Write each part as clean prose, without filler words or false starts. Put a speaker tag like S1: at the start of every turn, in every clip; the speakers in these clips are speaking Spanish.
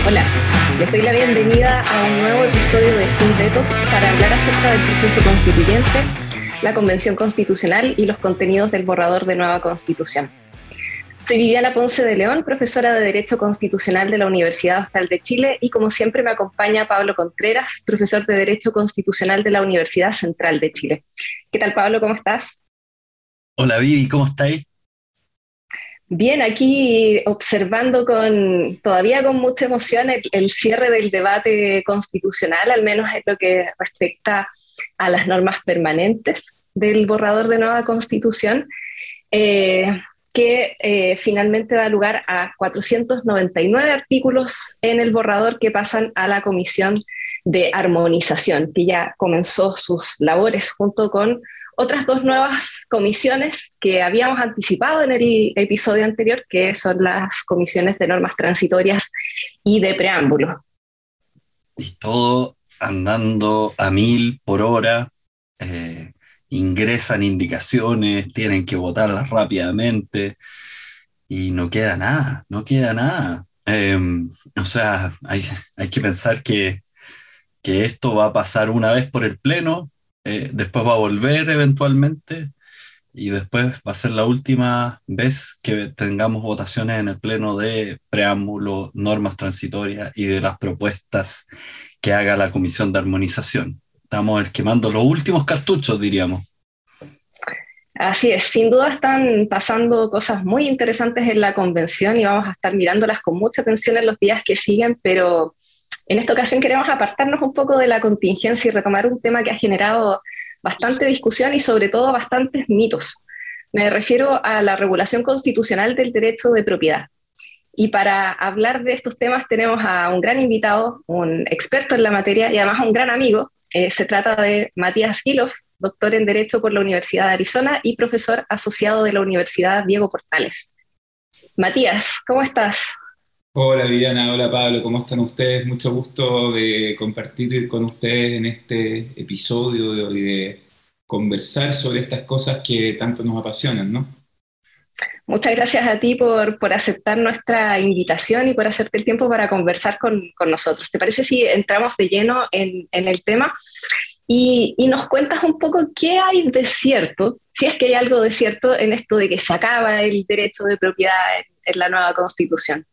S1: Hola, les doy la bienvenida a un nuevo episodio de Sin Vetos para hablar acerca del proceso constituyente, la Convención Constitucional y los contenidos del borrador de nueva Constitución. Soy Viviana Ponce de León, profesora de Derecho Constitucional de la Universidad Austral de Chile, y como siempre me acompaña Pablo Contreras, profesor de Derecho Constitucional de la Universidad Central de Chile. ¿Qué tal, Pablo? ¿Cómo estás?
S2: Hola Vivi, ¿cómo estáis?
S1: Bien, aquí observando todavía con mucha emoción el cierre del debate constitucional, al menos en lo que respecta a las normas permanentes del borrador de nueva Constitución, que finalmente da lugar a 499 artículos en el borrador que pasan a la Comisión de Armonización, que ya comenzó sus labores junto con otras dos nuevas comisiones que habíamos anticipado en el episodio anterior, que son las comisiones de normas transitorias y de preámbulo.
S2: Y todo andando a 1000 por hora, ingresan indicaciones, tienen que votarlas rápidamente y no queda nada, no queda nada. O sea, hay que pensar que esto va a pasar una vez por el Pleno, después va a volver eventualmente y después va a ser la última vez que tengamos votaciones en el Pleno de preámbulo, normas transitorias y de las propuestas que haga la Comisión de Armonización. Estamos quemando los últimos cartuchos, diríamos.
S1: Así es, sin duda están pasando cosas muy interesantes en la convención y vamos a estar mirándolas con mucha atención en los días que siguen, pero en esta ocasión queremos apartarnos un poco de la contingencia y retomar un tema que ha generado bastante discusión y sobre todo bastantes mitos. Me refiero a la regulación constitucional del derecho de propiedad. Y para hablar de estos temas tenemos a un gran invitado, un experto en la materia y además un gran amigo. Se trata de Matías Gilov, doctor en Derecho por la Universidad de Arizona y profesor asociado de la Universidad Diego Portales. Matías, ¿cómo estás?
S3: Hola Viviana, hola Pablo, ¿cómo están ustedes? Mucho gusto de compartir con ustedes en este episodio y de conversar sobre estas cosas que tanto nos apasionan, ¿no?
S1: Muchas gracias a ti por aceptar nuestra invitación y por hacerte el tiempo para conversar con nosotros. ¿Te parece si entramos de lleno en el tema y nos cuentas un poco qué hay de cierto, si es que hay algo de cierto en esto de que se acaba el derecho de propiedad en la nueva Constitución?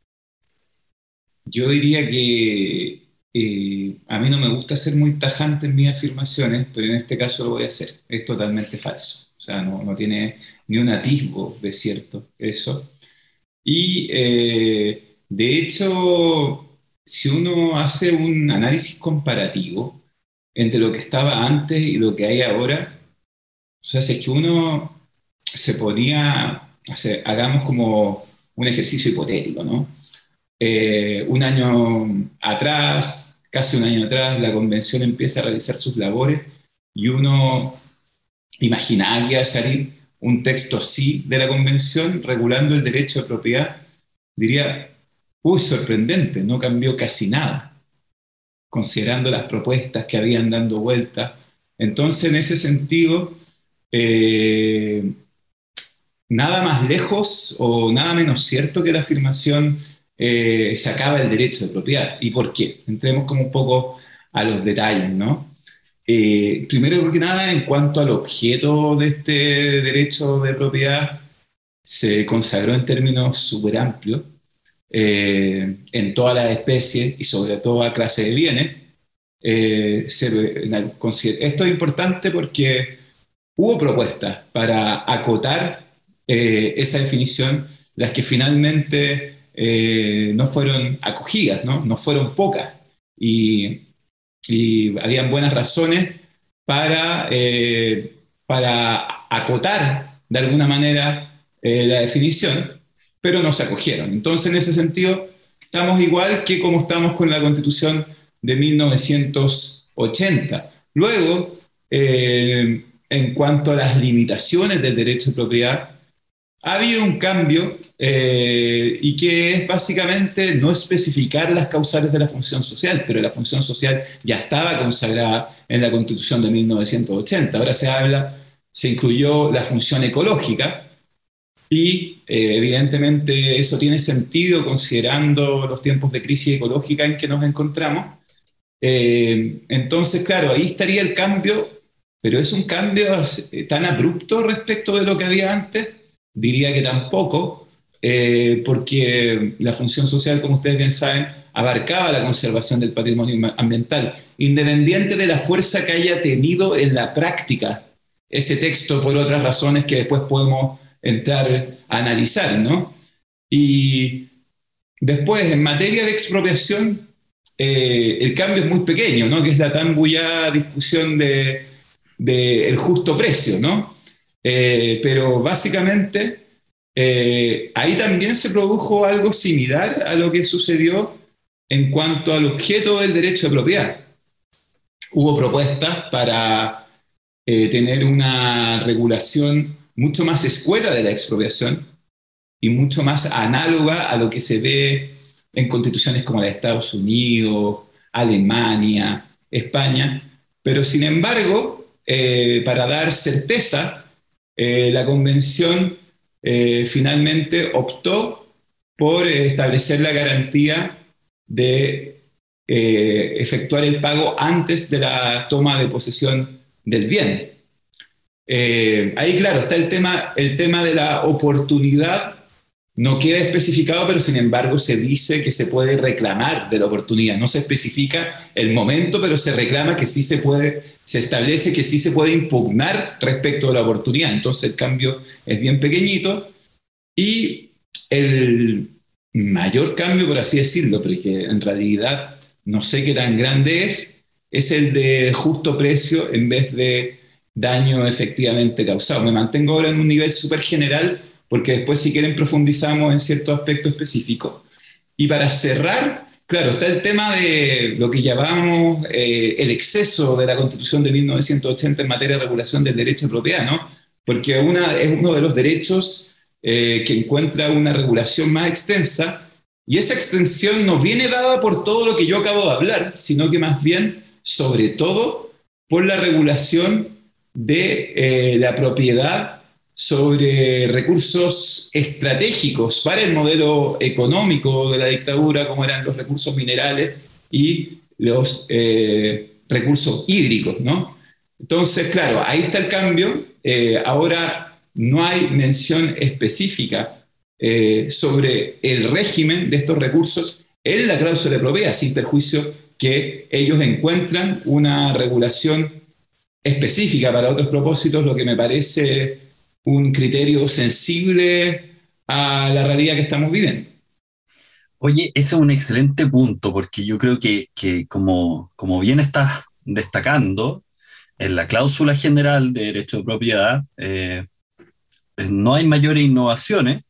S3: Yo diría que a mí no me gusta ser muy tajante en mis afirmaciones, pero en este caso lo voy a hacer. Es totalmente falso. O sea, no tiene ni un atisbo de cierto eso. Y de hecho, si uno hace un análisis comparativo entre lo que estaba antes y lo que hay ahora, o sea, si es que uno se ponía, hagamos como un ejercicio hipotético, ¿no? Un año atrás, casi un año atrás, la convención empieza a realizar sus labores y uno imaginaba que iba a salir un texto así de la convención regulando el derecho de propiedad, diría, uy, sorprendente, no cambió casi nada, considerando las propuestas que habían dando vuelta. Entonces, en ese sentido, eh, nada más lejos o nada menos cierto que la afirmación se acaba el derecho de propiedad. ¿Y por qué? Entremos como un poco a los detalles, ¿no? Primero que nada, en cuanto al objeto de este derecho de propiedad, se consagró en términos súper amplios en todas las especies y sobre toda clase de bienes. Esto es importante porque hubo propuestas para acotar esa definición, las que finalmente no fueron acogidas, ¿no? No fueron pocas. Y, y habían buenas razones para acotar de alguna manera la definición, pero no se acogieron. Entonces, en ese sentido, estamos igual que como estamos con la Constitución de 1980. Luego, en cuanto a las limitaciones del derecho de propiedad, ha habido un cambio y que es básicamente no especificar las causales de la función social, pero la función social ya estaba consagrada en la Constitución de 1980. Ahora se incluyó la función ecológica y evidentemente eso tiene sentido considerando los tiempos de crisis ecológica en que nos encontramos. Entonces, claro, ahí estaría el cambio, pero es un cambio tan abrupto respecto de lo que había antes, diría que tampoco, porque la función social, como ustedes bien saben, abarcaba la conservación del patrimonio ambiental, independiente de la fuerza que haya tenido en la práctica ese texto por otras razones que después podemos entrar a analizar, ¿no? Y después, en materia de expropiación, el cambio es muy pequeño, ¿no? Que es la tan bullada discusión de el justo precio, ¿no? Pero básicamente ahí también se produjo algo similar a lo que sucedió en cuanto al objeto del derecho de propiedad. Hubo propuestas para tener una regulación mucho más escueta de la expropiación y mucho más análoga a lo que se ve en constituciones como la de Estados Unidos, Alemania, España, pero sin embargo, para dar certeza, la convención finalmente optó por establecer la garantía de efectuar el pago antes de la toma de posesión del bien. Ahí, claro, está el tema de la oportunidad. No queda especificado, pero sin embargo se dice que se puede reclamar de la oportunidad. No se especifica el momento, pero se reclama que sí se puede, se establece que sí se puede impugnar respecto de la oportunidad. Entonces el cambio es bien pequeñito. Y el mayor cambio, por así decirlo, pero que en realidad no sé qué tan grande es el de justo precio en vez de daño efectivamente causado. Me mantengo ahora en un nivel súper general, porque después si quieren profundizamos en ciertos aspectos específicos. Y para cerrar, claro, está el tema de lo que llamamos el exceso de la Constitución de 1980 en materia de regulación del derecho de propiedad, ¿no? Porque es uno de los derechos que encuentra una regulación más extensa, y esa extensión no viene dada por todo lo que yo acabo de hablar, sino que más bien, sobre todo, por la regulación de la propiedad sobre recursos estratégicos para el modelo económico de la dictadura, como eran los recursos minerales y los recursos hídricos, ¿no? Entonces, claro, ahí está el cambio. Ahora no hay mención específica sobre el régimen de estos recursos en la cláusula de propiedad, sin perjuicio que ellos encuentran una regulación específica para otros propósitos, lo que me parece un criterio sensible a la realidad que estamos viviendo.
S2: Oye, ese es un excelente punto, porque yo creo que como bien estás destacando, en la cláusula general de derecho de propiedad no hay mayores innovaciones,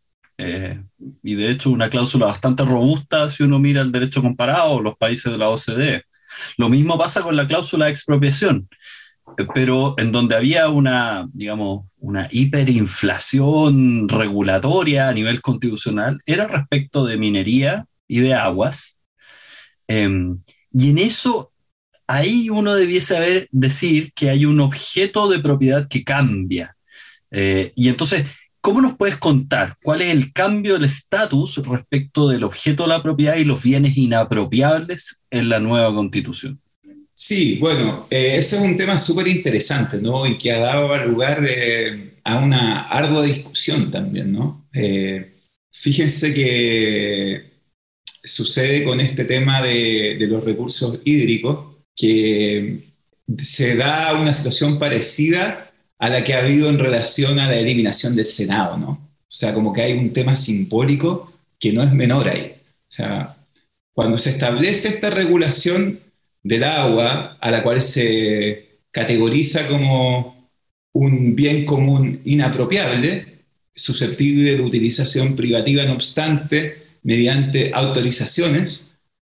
S2: y de hecho una cláusula bastante robusta si uno mira el derecho comparado los países de la OCDE. Lo mismo pasa con la cláusula de expropiación, pero en donde había digamos, una hiperinflación regulatoria a nivel constitucional, era respecto de minería y de aguas. Eh, y en eso, ahí uno debiese decir que hay un objeto de propiedad que cambia. Y entonces, ¿cómo nos puedes contar cuál es el cambio del estatus respecto del objeto de la propiedad y los bienes inapropiables en la nueva Constitución?
S3: Sí, bueno, ese es un tema súper interesante, ¿no? Y que ha dado lugar a una ardua discusión también, ¿no? Fíjense que sucede con este tema de los recursos hídricos, que se da una situación parecida a la que ha habido en relación a la eliminación del Senado, ¿no? O sea, como que hay un tema simbólico que no es menor ahí. O sea, cuando se establece esta regulación del agua, a la cual se categoriza como un bien común inapropiable, susceptible de utilización privativa, no obstante, mediante autorizaciones,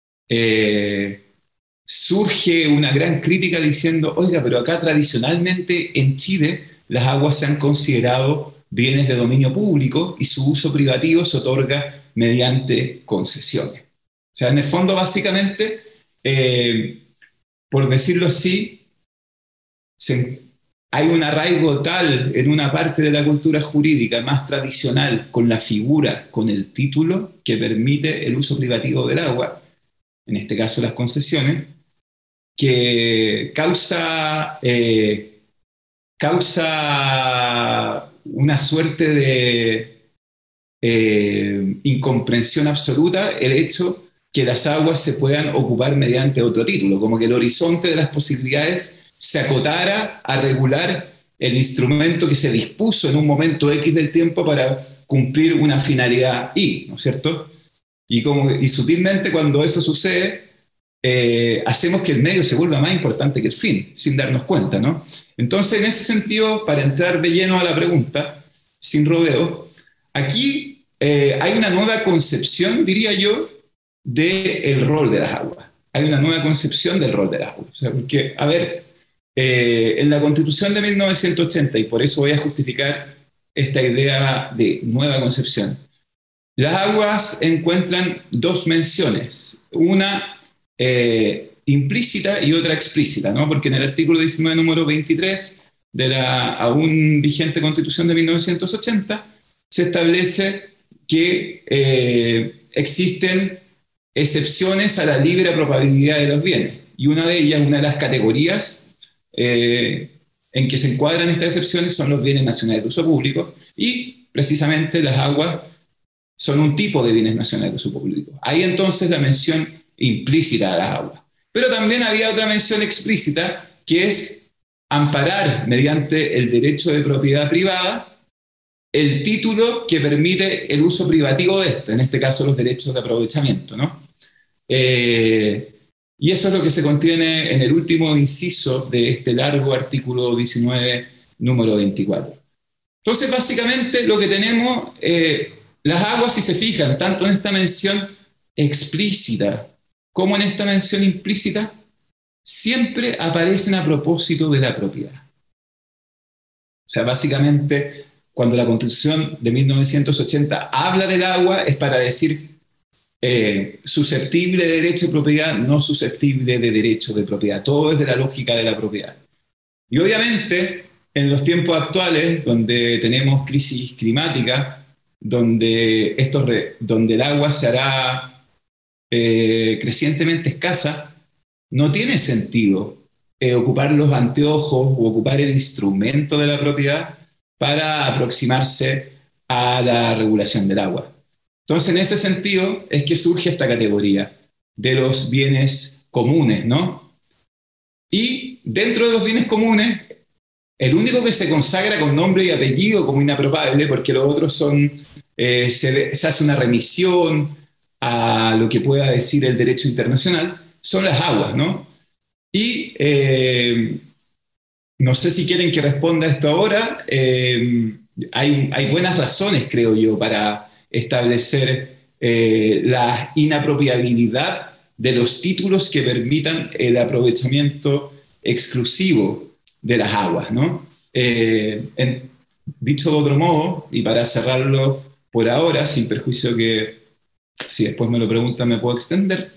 S3: surge una gran crítica diciendo, oiga, pero acá tradicionalmente en Chile las aguas se han considerado bienes de dominio público y su uso privativo se otorga mediante concesiones. O sea, en el fondo, básicamente, por decirlo así, hay un arraigo tal en una parte de la cultura jurídica más tradicional con la figura, con el título, que permite el uso privativo del agua, en este caso las concesiones, que causa una suerte de incomprensión absoluta el hecho que las aguas se puedan ocupar mediante otro título, como que el horizonte de las posibilidades se acotara a regular el instrumento que se dispuso en un momento X del tiempo para cumplir una finalidad Y, ¿no es cierto? Y sutilmente cuando eso sucede, hacemos que el medio se vuelva más importante que el fin, sin darnos cuenta, ¿no? Entonces, en ese sentido, para entrar de lleno a la pregunta, sin rodeo, aquí hay una nueva concepción, diría yo, del rol de las aguas. Hay una nueva concepción del rol de las aguas. O sea, porque, a ver, en la Constitución de 1980, y por eso voy a justificar esta idea de nueva concepción, las aguas encuentran dos menciones, una implícita y otra explícita, ¿no? Porque en el artículo 19, número 23 de la aún vigente Constitución de 1980 se establece que existen excepciones a la libre probabilidad de los bienes, y una de ellas, una de las categorías en que se encuadran estas excepciones son los bienes nacionales de uso público, y precisamente las aguas son un tipo de bienes nacionales de uso público. Hay entonces la mención implícita a las aguas. Pero también había otra mención explícita, que es amparar mediante el derecho de propiedad privada el título que permite el uso privativo de esto, en este caso los derechos de aprovechamiento, ¿no? Y eso es lo que se contiene en el último inciso de este largo artículo 19, número 24. Entonces, básicamente, lo que tenemos, las aguas, si se fijan, tanto en esta mención explícita como en esta mención implícita, siempre aparecen a propósito de la propiedad. O sea, básicamente, cuando la Constitución de 1980 habla del agua, es para decir susceptible de derecho de propiedad, no susceptible de derecho de propiedad. Todo es de la lógica de la propiedad. Y obviamente, en los tiempos actuales, donde tenemos crisis climática, donde el agua se hará crecientemente escasa, no tiene sentido ocupar los anteojos o ocupar el instrumento de la propiedad para aproximarse a la regulación del agua. Entonces, en ese sentido, es que surge esta categoría de los bienes comunes, ¿no? Y dentro de los bienes comunes, el único que se consagra con nombre y apellido como inaprobable, porque los otros son, se hace una remisión a lo que pueda decir el derecho internacional, son las aguas, ¿no? Y no sé si quieren que responda esto ahora. Hay buenas razones, creo yo, para establecer la inapropiabilidad de los títulos que permitan el aprovechamiento exclusivo de las aguas, ¿no? Dicho de otro modo, y para cerrarlo por ahora, sin perjuicio que si después me lo preguntan me puedo extender,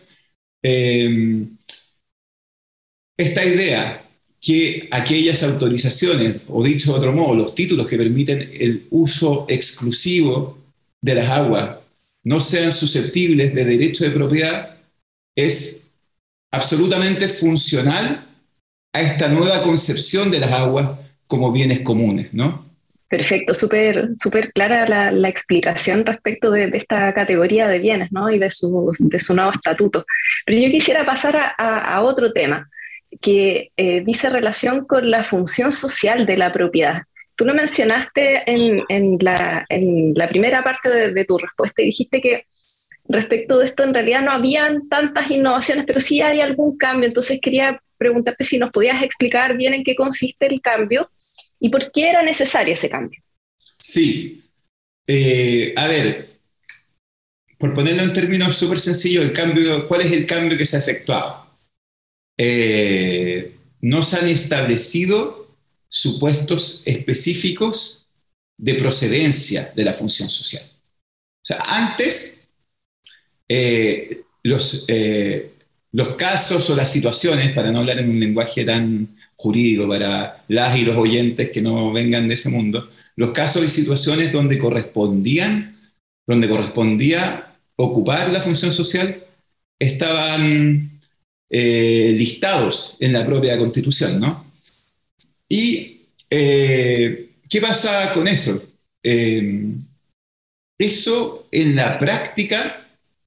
S3: esta idea que aquellas autorizaciones, o dicho de otro modo, los títulos que permiten el uso exclusivo de las aguas no sean susceptibles de derecho de propiedad, es absolutamente funcional a esta nueva concepción de las aguas como bienes comunes, ¿no?
S1: Perfecto, súper clara la explicación respecto de esta categoría de bienes, ¿no? Y de su nuevo estatuto. Pero yo quisiera pasar a otro tema que dice relación con la función social de la propiedad. Tú lo mencionaste en la primera parte de tu respuesta y dijiste que respecto de esto en realidad no habían tantas innovaciones, pero sí hay algún cambio. Entonces quería preguntarte si nos podías explicar bien en qué consiste el cambio y por qué era necesario ese cambio.
S3: Sí. A ver, por ponerlo en términos súper sencillos, ¿cuál es el cambio que se ha efectuado? No se han establecido supuestos específicos de procedencia de la función social. O sea, antes los casos o las situaciones, para no hablar en un lenguaje tan jurídico para las y los oyentes que no vengan de ese mundo, los casos y situaciones donde correspondía ocupar la función social estaban listados en la propia Constitución, ¿no? ¿Y qué pasa con eso? Eso en la práctica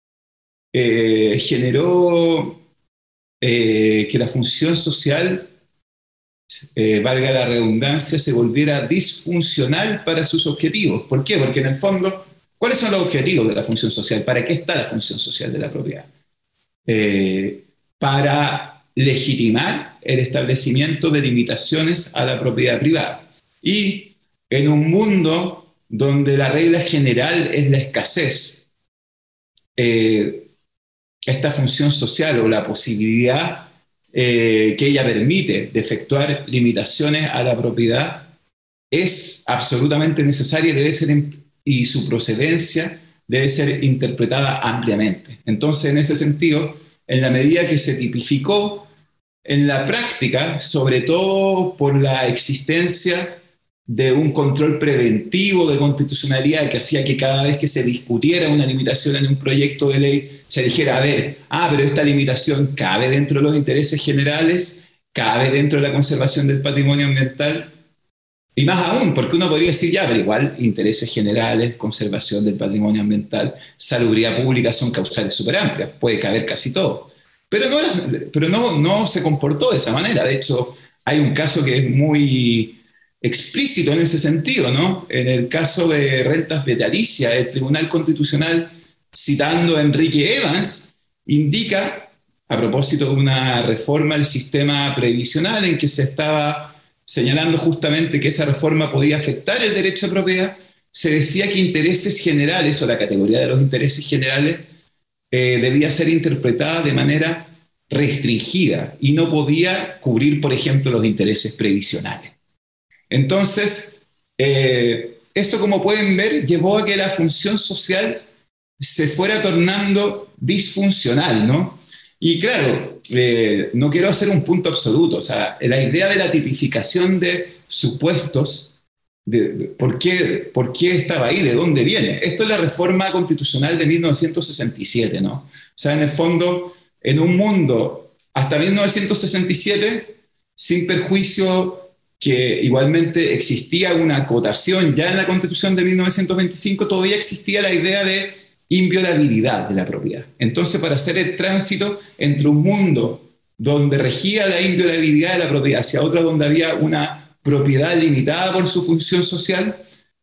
S3: generó que la función social, valga la redundancia, se volviera disfuncional para sus objetivos. ¿Por qué? Porque en el fondo, ¿cuáles son los objetivos de la función social? ¿Para qué está la función social de la propiedad? Para legitimar el establecimiento de limitaciones a la propiedad privada. Y en un mundo donde la regla general es la escasez, esta función social o la posibilidad que ella permite de efectuar limitaciones a la propiedad es absolutamente necesaria y su procedencia debe ser interpretada ampliamente. Entonces, en ese sentido, en la medida que se tipificó en la práctica, sobre todo por la existencia de un control preventivo de constitucionalidad que hacía que cada vez que se discutiera una limitación en un proyecto de ley se dijera, a ver, pero esta limitación cabe dentro de los intereses generales, cabe dentro de la conservación del patrimonio ambiental, y más aún, porque uno podría decir, ya, pero igual intereses generales, conservación del patrimonio ambiental, salubridad pública son causales súper amplias, puede caber casi todo. Pero no se comportó de esa manera. De hecho, hay un caso que es muy explícito en ese sentido, ¿no? En el caso de rentas vitalicias, el Tribunal Constitucional, citando a Enrique Evans, indica, a propósito de una reforma del sistema previsional en que se estaba señalando justamente que esa reforma podía afectar el derecho de propiedad, se decía que intereses generales o la categoría de los intereses generales debía ser interpretada de manera restringida y no podía cubrir, por ejemplo, los intereses previsionales. Entonces, eso, como pueden ver, llevó a que la función social se fuera tornando disfuncional, ¿no? Y claro, no quiero hacer un punto absoluto, o sea, la idea de la tipificación de supuestos, ¿por qué estaba ahí? ¿De dónde viene? Esto es la reforma constitucional de 1967, ¿no? O sea, en el fondo, en un mundo hasta 1967, sin perjuicio que igualmente existía una acotación ya en la Constitución de 1925, todavía existía la idea de inviolabilidad de la propiedad. Entonces, para hacer el tránsito entre un mundo donde regía la inviolabilidad de la propiedad hacia otro donde había una propiedad limitada por su función social,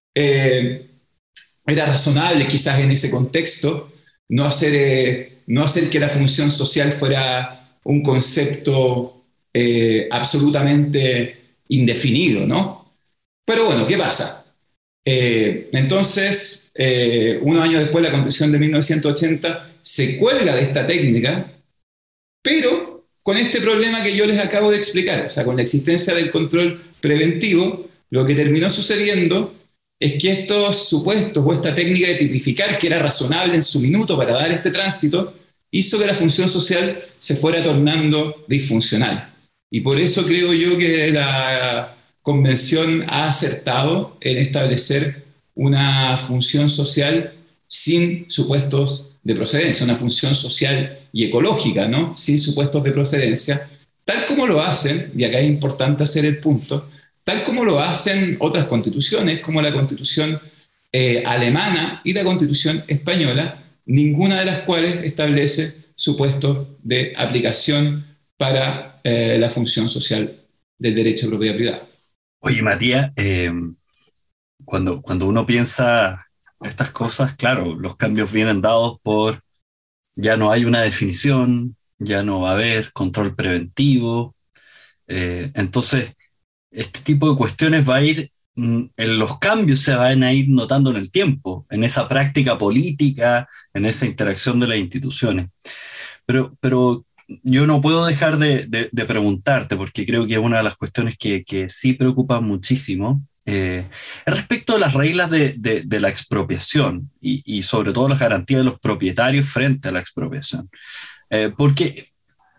S3: era razonable quizás en ese contexto no hacer que la función social fuera un concepto absolutamente indefinido, ¿no? Pero bueno, ¿qué pasa? Entonces, unos años después, la Constitución de 1980 se cuelga de esta técnica, pero con este problema que yo les acabo de explicar, o sea, con la existencia del control preventivo, lo que terminó sucediendo es que estos supuestos o esta técnica de tipificar, que era razonable en su minuto para dar este tránsito, hizo que la función social se fuera tornando disfuncional. Y por eso creo yo que la Convención ha acertado en establecer una función social sin supuestos de procedencia, una función social y ecológica, ¿no? Sin supuestos de procedencia, tal como lo hacen, y acá es importante hacer el punto, tal como lo hacen otras constituciones, como la Constitución alemana y la Constitución española, ninguna de las cuales establece supuestos de aplicación para la función social del derecho de propiedad privada.
S2: Oye, Matías, cuando uno piensa estas cosas, claro, los cambios vienen dados por ya no hay una definición, ya no va a haber control preventivo. Entonces, este tipo de cuestiones va a ir, en los cambios se van a ir notando en el tiempo, en esa práctica política, en esa interacción de las instituciones. Pero yo no puedo dejar de preguntarte, porque creo que es una de las cuestiones que sí preocupan muchísimo, respecto a las reglas de la expropiación y sobre todo las garantías de los propietarios frente a la expropiación. Porque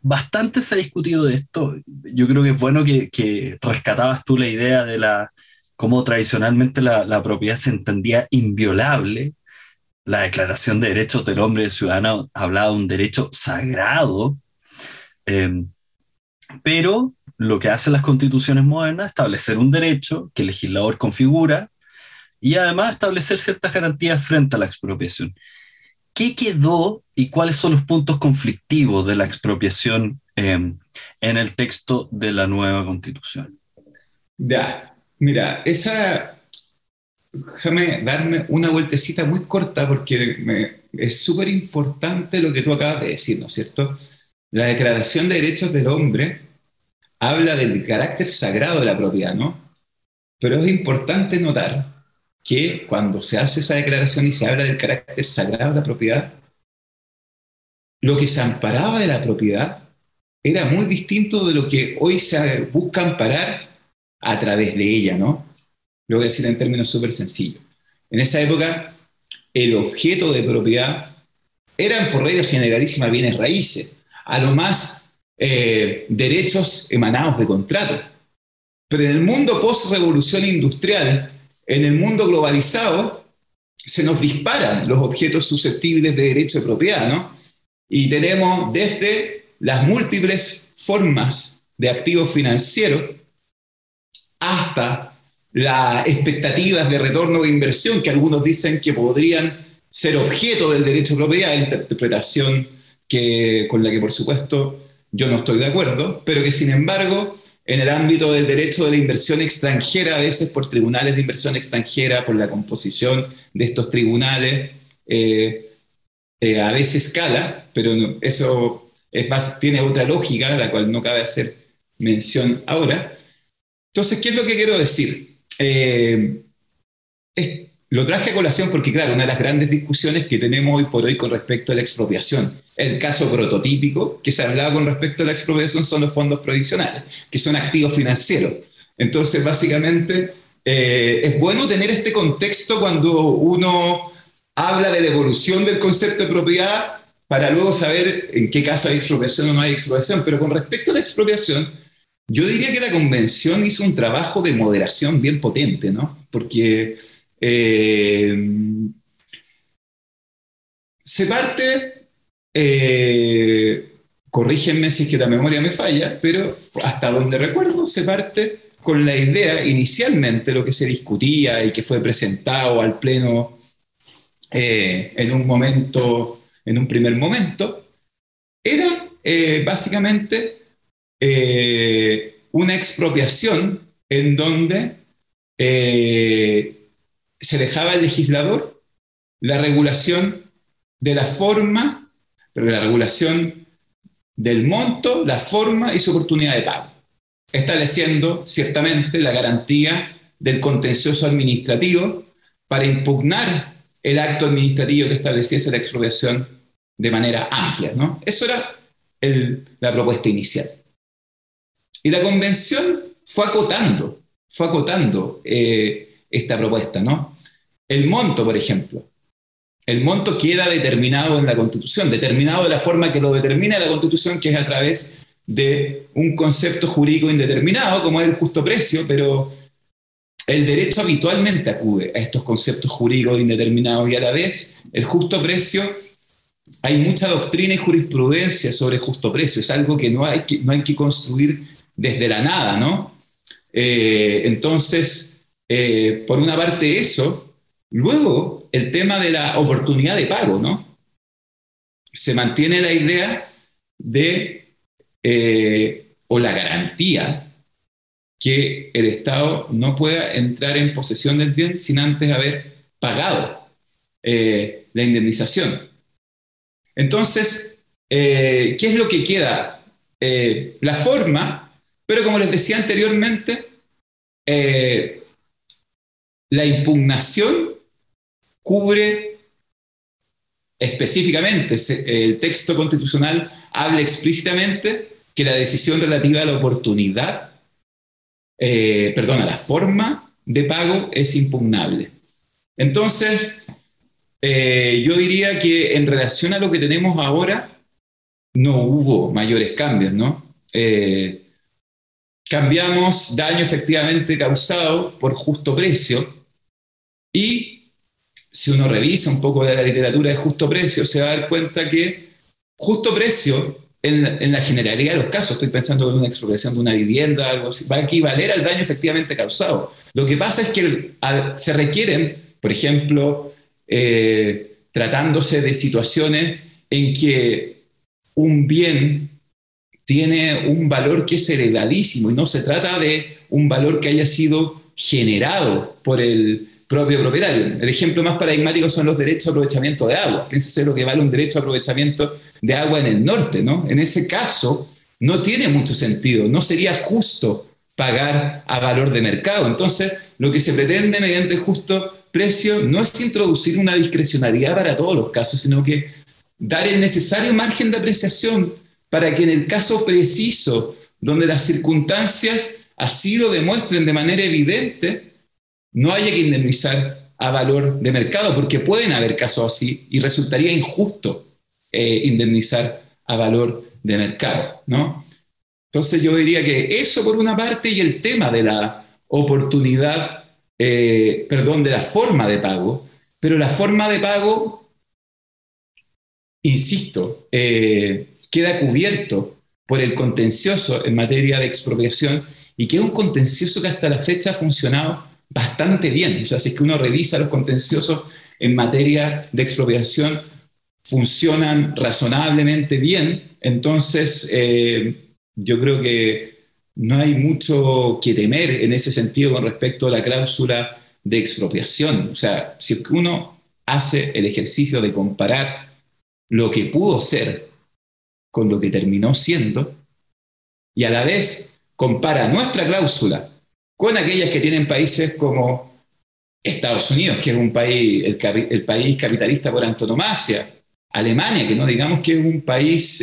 S2: bastante se ha discutido de esto. Yo creo que es bueno que rescatabas tú la idea de cómo tradicionalmente la propiedad se entendía inviolable. La Declaración de Derechos del Hombre y del Ciudadano hablaba de un derecho sagrado, eh, pero lo que hacen las constituciones modernas es establecer un derecho que el legislador configura y además establecer ciertas garantías frente a la expropiación. ¿Qué quedó y cuáles son los puntos conflictivos de la expropiación en el texto de la nueva constitución?
S3: Ya, mira, déjame darme una vueltecita muy corta porque es súper importante lo que tú acabas de decir, ¿no es cierto? La Declaración de Derechos del Hombre habla del carácter sagrado de la propiedad, ¿no? Pero es importante notar que cuando se hace esa declaración y se habla del carácter sagrado de la propiedad, lo que se amparaba de la propiedad era muy distinto de lo que hoy se busca amparar a través de ella, ¿no? Lo voy a decir en términos súper sencillos. En esa época, el objeto de propiedad eran por regla generalísima bienes raíces, a lo más derechos emanados de contrato. Pero en el mundo post-revolución industrial, en el mundo globalizado, se nos disparan los objetos susceptibles de derecho de propiedad, ¿no? Y tenemos desde las múltiples formas de activos financieros hasta las expectativas de retorno de inversión que algunos dicen que podrían ser objeto del derecho de propiedad, interpretación con la que por supuesto yo no estoy de acuerdo, pero que sin embargo en el ámbito del derecho de la inversión extranjera, a veces por tribunales de inversión extranjera, por la composición de estos tribunales, a veces cala, pero no, eso tiene otra lógica, de la cual no cabe hacer mención ahora. Entonces, ¿qué es lo que quiero decir? Lo traje a colación porque, claro, una de las grandes discusiones que tenemos hoy por hoy con respecto a la expropiación, el caso prototípico que se ha hablado con respecto a la expropiación son los fondos provisionales, que son activos financieros. Entonces, básicamente, es bueno tener este contexto cuando uno habla de la evolución del concepto de propiedad para luego saber en qué caso hay expropiación o no hay expropiación. Pero con respecto a la expropiación, yo diría que la Convención hizo un trabajo de moderación bien potente, ¿no? Porque se parte, corrígenme si es que la memoria me falla, pero hasta donde recuerdo, se parte con la idea, inicialmente lo que se discutía y que fue presentado al Pleno en un primer momento, era básicamente una expropiación en donde se dejaba al legislador la regulación de la forma, pero la regulación del monto, la forma y su oportunidad de pago, estableciendo ciertamente la garantía del contencioso administrativo para impugnar el acto administrativo que estableciese la expropiación de manera amplia, ¿no? Eso era la propuesta inicial. Y la Convención fue acotando esta propuesta, ¿no? El monto, por ejemplo. El monto queda determinado en la Constitución, determinado de la forma que lo determina la Constitución, que es a través de un concepto jurídico indeterminado, como es el justo precio, pero el derecho habitualmente acude a estos conceptos jurídicos indeterminados y a la vez el justo precio, hay mucha doctrina y jurisprudencia sobre el justo precio, es algo que no hay que construir desde la nada, ¿no? Entonces, por una parte eso, luego el tema de la oportunidad de pago, ¿no? Se mantiene la idea de, o la garantía, que el Estado no pueda entrar en posesión del bien sin antes haber pagado la indemnización. Entonces, ¿qué es lo que queda? La forma, pero como les decía anteriormente, la impugnación cubre específicamente, el texto constitucional habla explícitamente que la decisión relativa a la oportunidad, a la forma de pago es impugnable. Entonces, yo diría que en relación a lo que tenemos ahora, no hubo mayores cambios, ¿no? Cambiamos daño efectivamente causado por justo precio y si uno revisa un poco de la literatura de justo precio, se va a dar cuenta que justo precio, en la generalidad de los casos, estoy pensando en una expropiación de una vivienda, algo así, va a equivaler al daño efectivamente causado. Lo que pasa es que se requieren, por ejemplo, tratándose de situaciones en que un bien tiene un valor que es elevadísimo y no se trata de un valor que haya sido generado por el propio propietario. El ejemplo más paradigmático son los derechos de aprovechamiento de agua. Piénsese lo que vale un derecho de aprovechamiento de agua en el norte, ¿no? En ese caso no tiene mucho sentido, no sería justo pagar a valor de mercado. Entonces, lo que se pretende mediante el justo precio no es introducir una discrecionalidad para todos los casos, sino que dar el necesario margen de apreciación para que en el caso preciso, donde las circunstancias así lo demuestren de manera evidente, no haya que indemnizar a valor de mercado, porque pueden haber casos así y resultaría injusto indemnizar a valor de mercado, ¿no? Entonces yo diría que eso por una parte y el tema de la oportunidad, de la forma de pago, pero la forma de pago, insisto, queda cubierto por el contencioso en materia de expropiación y que es un contencioso que hasta la fecha ha funcionado bastante bien. O sea, si es que uno revisa los contenciosos en materia de expropiación, funcionan razonablemente bien. Entonces, yo creo que no hay mucho que temer en ese sentido con respecto a la cláusula de expropiación. O sea, si es que uno hace el ejercicio de comparar lo que pudo ser con lo que terminó siendo y a la vez compara nuestra cláusula con aquellas que tienen países como Estados Unidos, que es un país, el país capitalista por antonomasia, Alemania, que no digamos que es un país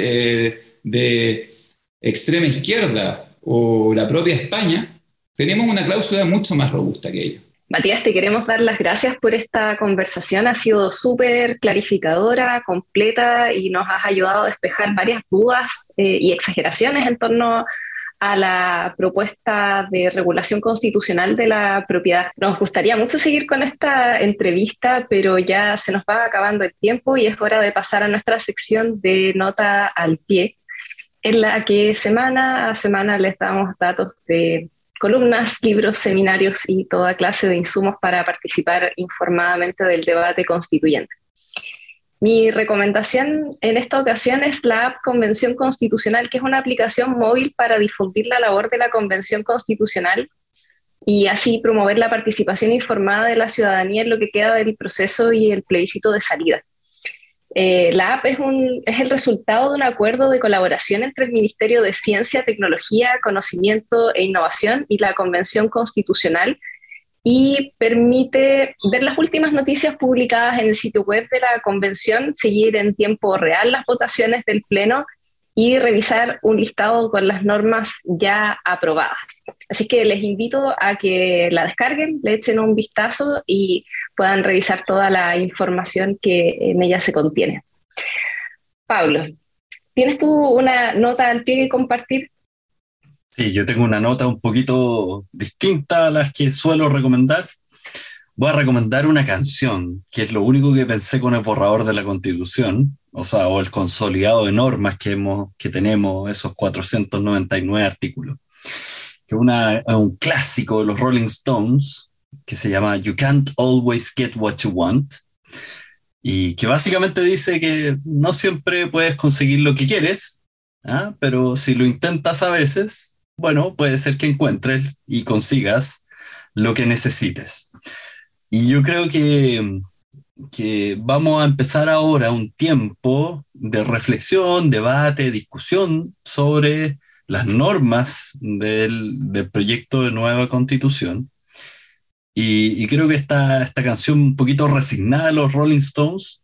S3: de extrema izquierda, o la propia España, tenemos una cláusula mucho más robusta que ellos.
S1: Matías, te queremos dar las gracias por esta conversación. Ha sido súper clarificadora, completa y nos has ayudado a despejar varias dudas y exageraciones en torno a la propuesta de regulación constitucional de la propiedad. Nos gustaría mucho seguir con esta entrevista, pero ya se nos va acabando el tiempo y es hora de pasar a nuestra sección de nota al pie, en la que semana a semana les damos datos de columnas, libros, seminarios y toda clase de insumos para participar informadamente del debate constituyente. Mi recomendación en esta ocasión es la app Convención Constitucional, que es una aplicación móvil para difundir la labor de la Convención Constitucional y así promover la participación informada de la ciudadanía en lo que queda del proceso y el plebiscito de salida. La app es el resultado de un acuerdo de colaboración entre el Ministerio de Ciencia, Tecnología, Conocimiento e Innovación y la Convención Constitucional y permite ver las últimas noticias publicadas en el sitio web de la Convención, seguir en tiempo real las votaciones del Pleno y revisar un listado con las normas ya aprobadas. Así que les invito a que la descarguen, le echen un vistazo y puedan revisar toda la información que en ella se contiene. Pablo, ¿tienes tú una nota al pie que compartir?
S2: Sí, yo tengo una nota un poquito distinta a las que suelo recomendar. Voy a recomendar una canción, que es lo único que pensé con el borrador de la Constitución, o el consolidado de normas que tenemos, esos 499 artículos. Que es un clásico de los Rolling Stones, que se llama You Can't Always Get What You Want, y que básicamente dice que no siempre puedes conseguir lo que quieres, pero si lo intentas a veces, bueno, puede ser que encuentres y consigas lo que necesites. Y yo creo que vamos a empezar ahora un tiempo de reflexión, debate, discusión sobre las normas del proyecto de nueva Constitución. Y creo que esta canción un poquito resignada de los Rolling Stones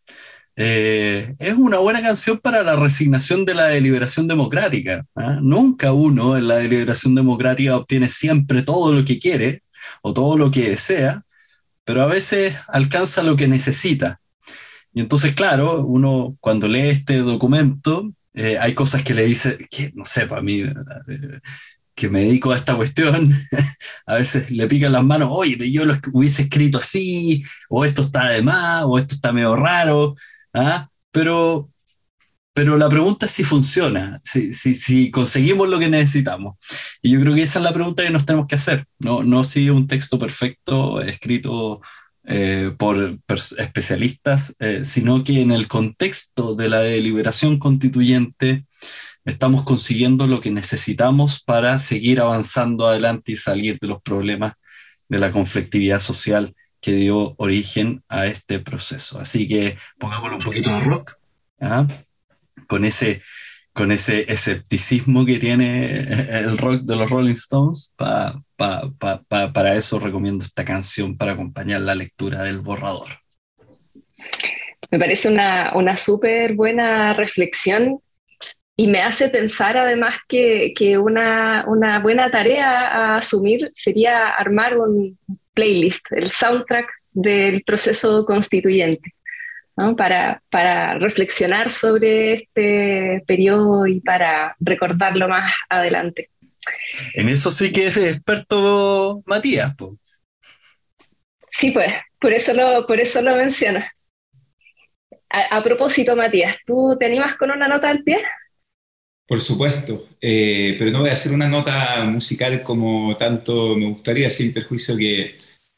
S2: es una buena canción para la resignación de la deliberación democrática. Nunca uno en la deliberación democrática obtiene siempre todo lo que quiere o todo lo que desea, pero a veces alcanza lo que necesita. Y entonces, claro, uno cuando lee este documento hay cosas que le dice, que no sé, para mí, que me dedico a esta cuestión, a veces le pican las manos, oye, yo lo hubiese escrito así, o esto está de más, o esto está medio raro, ¿ah? Pero la pregunta es si funciona, si conseguimos lo que necesitamos. Y yo creo que esa es la pregunta que nos tenemos que hacer, no si un texto perfecto escrito por especialistas, sino que en el contexto de la deliberación constituyente estamos consiguiendo lo que necesitamos para seguir avanzando adelante y salir de los problemas de la conflictividad social que dio origen a este proceso. Así que pongámosle un poquito de rock, ¿ah? con ese, con ese escepticismo que tiene el rock de los Rolling Stones. Para eso recomiendo esta canción para acompañar la lectura del borrador.
S1: Me parece una súper buena reflexión y me hace pensar además que una buena tarea a asumir sería armar un playlist, el soundtrack del proceso constituyente, ¿no? Para reflexionar sobre este periodo y para recordarlo más adelante.
S2: En eso sí que es experto Matías, po.
S1: Sí, pues, por eso lo menciono. A propósito, Matías, ¿tú te animas con una nota al pie?
S3: Por supuesto, pero no voy a hacer una nota musical como tanto me gustaría, sin perjuicio que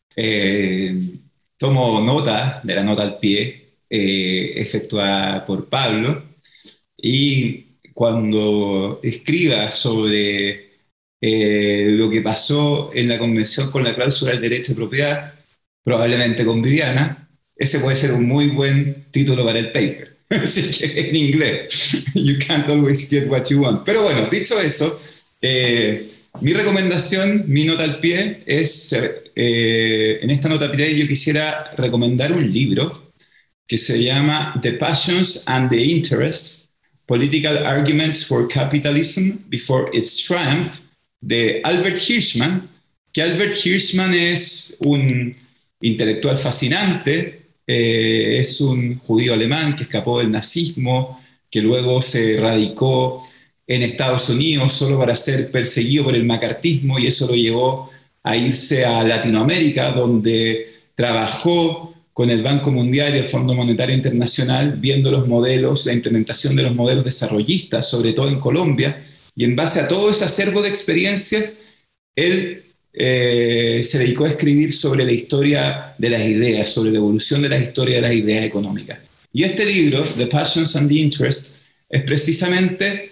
S3: tomo nota de la nota al pie efectuada por Pablo, y cuando escriba sobre lo que pasó en la convención con la cláusula del derecho de propiedad, probablemente con Viviana, ese puede ser un muy buen título para el paper. Así que en inglés, you can't always get what you want. Pero bueno, dicho eso, mi recomendación, mi nota al pie es, en esta nota al pie yo quisiera recomendar un libro que se llama The Passions and the Interests, Political Arguments for Capitalism Before Its Triumph, de Albert Hirschman, que Albert Hirschman es un intelectual fascinante. Es un judío alemán que escapó del nazismo, que luego se radicó en Estados Unidos solo para ser perseguido por el macartismo, y eso lo llevó a irse a Latinoamérica, donde trabajó con el Banco Mundial y el Fondo Monetario Internacional, viendo los modelos, la implementación de los modelos desarrollistas, sobre todo en Colombia, y en base a todo ese acervo de experiencias, él se dedicó a escribir sobre la historia de las ideas, sobre la evolución de la historia de las ideas económicas. Y este libro, The Passions and the Interests, es precisamente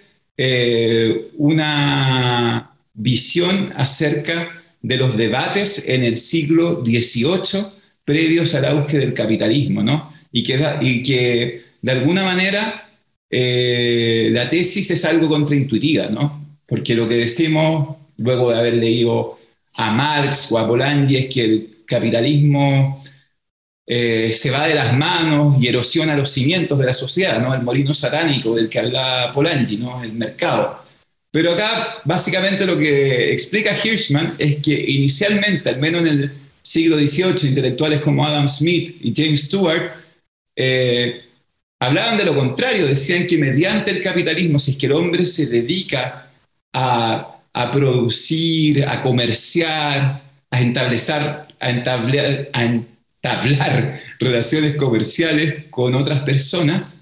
S3: una visión acerca de los debates en el siglo XVIII previos al auge del capitalismo, ¿no? Y que de alguna manera la tesis es algo contraintuitiva, ¿no? Porque lo que decimos luego de haber leído a Marx o a Polanyi es que el capitalismo se va de las manos y erosiona los cimientos de la sociedad, ¿no? El molino satánico del que habla Polanyi, ¿no? El mercado. Pero acá, básicamente, lo que explica Hirschman es que inicialmente, al menos en el siglo XVIII, intelectuales como Adam Smith y James Stewart hablaban de lo contrario, decían que mediante el capitalismo, si es que el hombre se dedica a producir, a comerciar, a entablar relaciones comerciales con otras personas,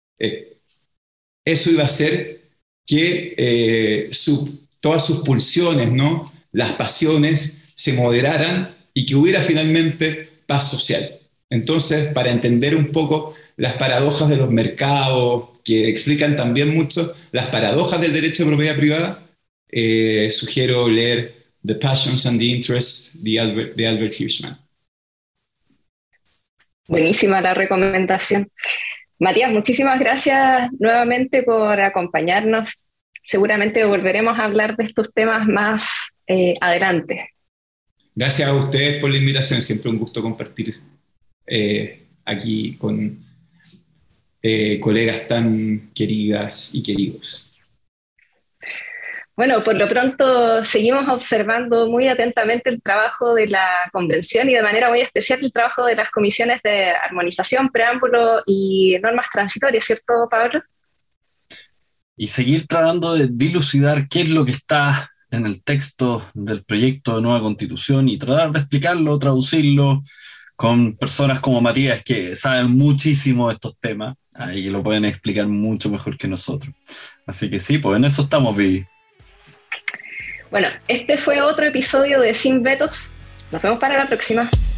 S3: eso iba a hacer que todas sus pulsiones, ¿no? Las pasiones se moderaran y que hubiera finalmente paz social. Entonces, para entender un poco las paradojas de los mercados, que explican también mucho las paradojas del derecho de propiedad privada, sugiero leer The Passions and the Interests de Albert Hirschman.
S1: Buenísima la recomendación. Matías, muchísimas gracias nuevamente por acompañarnos. Seguramente volveremos a hablar de estos temas más adelante.
S3: Gracias a ustedes por la invitación, siempre un gusto compartir aquí con colegas tan queridas y queridos.
S1: Bueno, por lo pronto seguimos observando muy atentamente el trabajo de la Convención y de manera muy especial el trabajo de las comisiones de armonización, preámbulo y normas transitorias, ¿cierto, Pablo?
S2: y seguir tratando de dilucidar qué es lo que está en el texto del proyecto de nueva constitución y tratar de explicarlo, traducirlo con personas como Matías que saben muchísimo de estos temas y lo pueden explicar mucho mejor que nosotros. Así que sí, pues en eso estamos, Vivi.
S1: Bueno, este fue otro episodio de Sin Vetos. Nos vemos para la próxima.